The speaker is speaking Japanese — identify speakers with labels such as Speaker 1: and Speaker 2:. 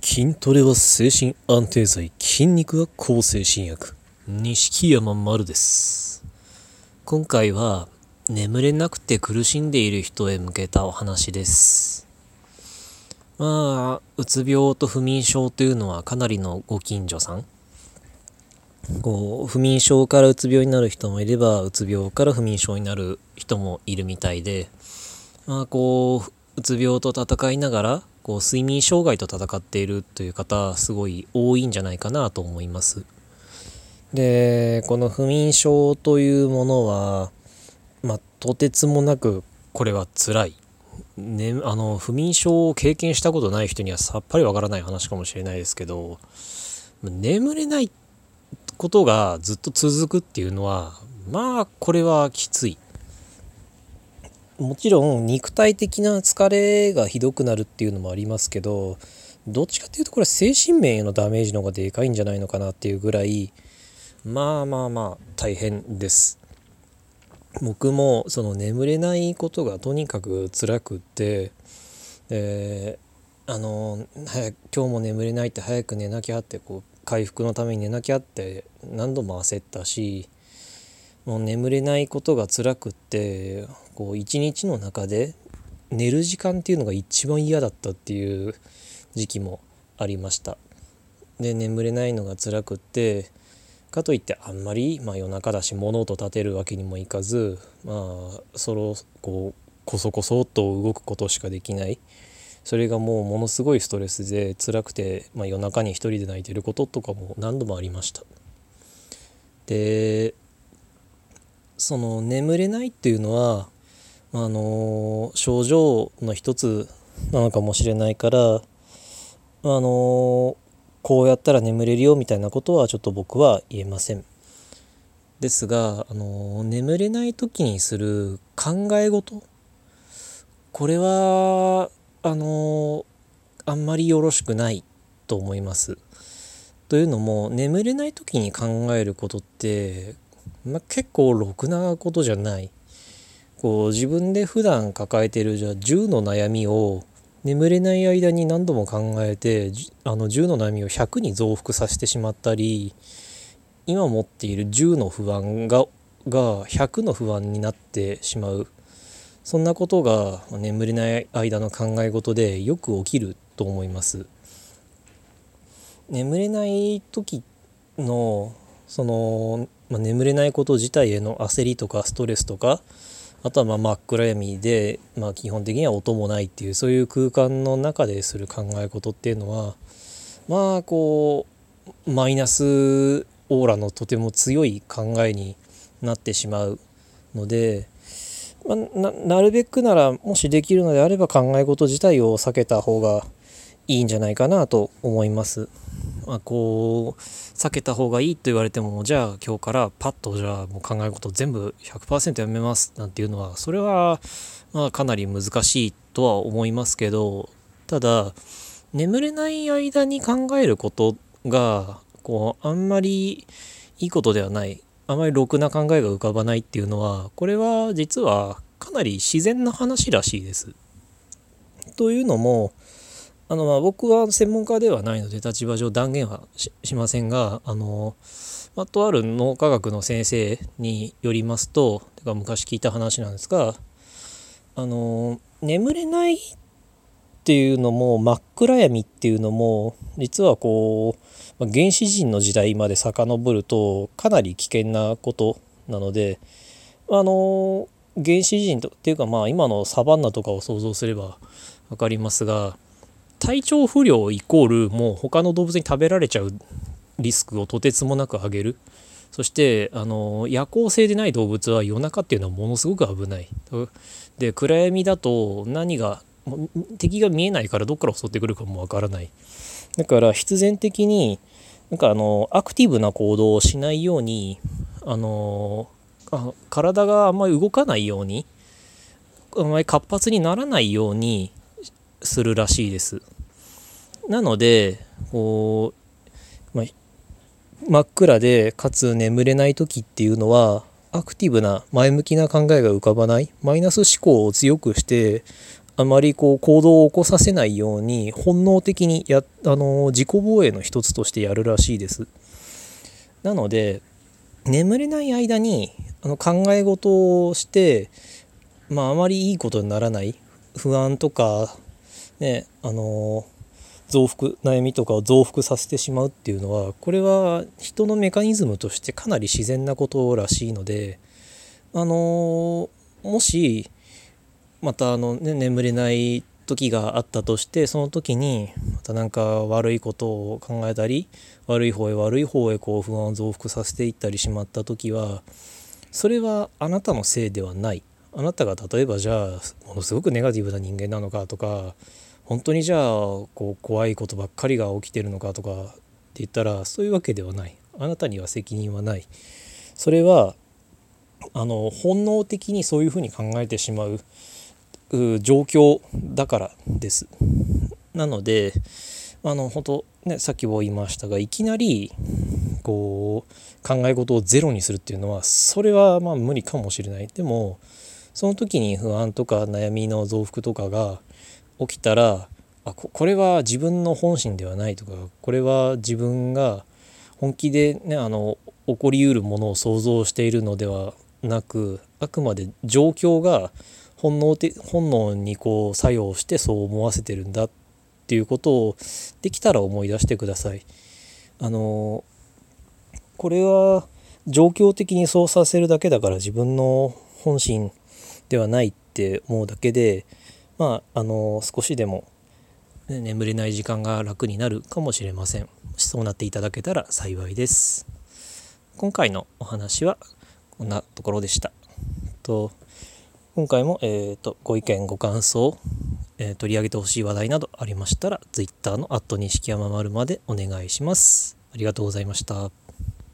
Speaker 1: 筋トレは精神安定剤、筋肉は抗精神薬。錦山丸です。今回は眠れなくて苦しんでいる人へ向けたお話です。うつ病と不眠症というのはかなりのご近所さん。不眠症からうつ病になる人もいれば、うつ病から不眠症になる人もいるみたいで、うつ病と戦いながら睡眠障害と戦っているという方すごい多いんじゃないかなと思います。で、この不眠症というものは、とてつもなくこれは辛い、不眠症を経験したことない人にはさっぱりわからない話かもしれないですけど、眠れないことがずっと続くっていうのはこれはきつい。もちろん肉体的な疲れがひどくなるっていうのもありますけど、どっちかっていうとこれは精神面へのダメージの方がでかいんじゃないのかなっていうぐらい大変です。僕もその眠れないことがとにかく辛くって、今日も眠れないって早く寝なきゃって回復のために寝なきゃって何度も焦ったし、もう眠れないことが辛くって一日の中で寝る時間っていうのが一番嫌だったっていう時期もありました。で、眠れないのが辛くってかといってあんまり夜中だし物音立てるわけにもいかず、こそこそっと動くことしかできない。それがもうものすごいストレスで辛くて、夜中に一人で泣いてることとかも何度もありました。で、その眠れないっていうのは症状の一つなのかもしれないから、こうやったら眠れるよみたいなことはちょっと僕は言えません。ですが、眠れない時にする考え事、これはあんまりよろしくないと思います。というのも、眠れない時に考えることって結構ろくなことじゃない。自分で普段抱えている10の悩みを眠れない間に何度も考えて、10の悩みを100に増幅させてしまったり、今持っている10の不安が100の不安になってしまう。そんなことが眠れない間の考え事でよく起きると思います。眠れない時の眠れないこと自体への焦りとかストレスとか、あとは真っ暗闇で、基本的には音もないっていう、そういう空間の中でする考え事っていうのはマイナスオーラのとても強い考えになってしまうので、なるべくなら、もしできるのであれば考え事自体を避けた方がいいんじゃないかなと思います。避けた方がいいと言われても、じゃあ今日からパッともう考え事全部 100% やめますなんていうのは、それはかなり難しいとは思いますけど、ただ眠れない間に考えることがあんまりいいことではない、あまりろくな考えが浮かばないっていうのは、これは実はかなり自然な話らしいです。というのも、僕は専門家ではないので立場上断言は しませんが、とある脳科学の先生によりますと、昔聞いた話なんですが、眠れないっていうのも真っ暗闇っていうのも、実は原始人の時代まで遡るとかなり危険なことなので、原始人っていうか今のサバンナとかを想像すれば分かりますが、体調不良イコールもう他の動物に食べられちゃうリスクをとてつもなく上げる。そして夜行性でない動物は夜中っていうのはものすごく危ない。で、暗闇だと敵が見えないから、どっから襲ってくるかもわからない。だから必然的にアクティブな行動をしないように、体があんまり動かないように、あんまり活発にならないようにするらしいです。なので真っ暗でかつ眠れない時っていうのは、アクティブな前向きな考えが浮かばない、マイナス思考を強くしてあまりこう行動を起こさせないように本能的に自己防衛の一つとしてやるらしいです。なので眠れない間に考え事をして、あまりいいことにならない不安とかね、悩みとかを増幅させてしまうっていうのは、これは人のメカニズムとしてかなり自然なことらしいので、もしまた眠れない時があったとして、その時にまたなんか悪いことを考えたり、悪い方へこう不安を増幅させていったりしまった時は、それはあなたのせいではない。あなたが例えばじゃあものすごくネガティブな人間なのかとか、本当にじゃあこう怖いことばっかりが起きてるのかとかって言ったら、そういうわけではない。あなたには責任はない。それは本能的にそういうふうに考えてしまう状況だからです。なので本当ね、さっきも言いましたが、いきなりこう考え事をゼロにするっていうのは、それは無理かもしれない。でもその時に不安とか悩みの増幅とかが起きたら、これは自分の本心ではないとか、これは自分が本気でね起こりうるものを想像しているのではなく、あくまで状況が本能にこう作用してそう思わせてるんだっていうことをできたら思い出してください。これは状況的にそうさせるだけだから、自分の本心ではないって思うだけで、少しでも眠れない時間が楽になるかもしれません。もしそうなっていただけたら幸いです。今回のお話はこんなところでした。今回も、ご意見ご感想、取り上げてほしい話題などありましたら Twitter の錦山丸までお願いします。ありがとうございました。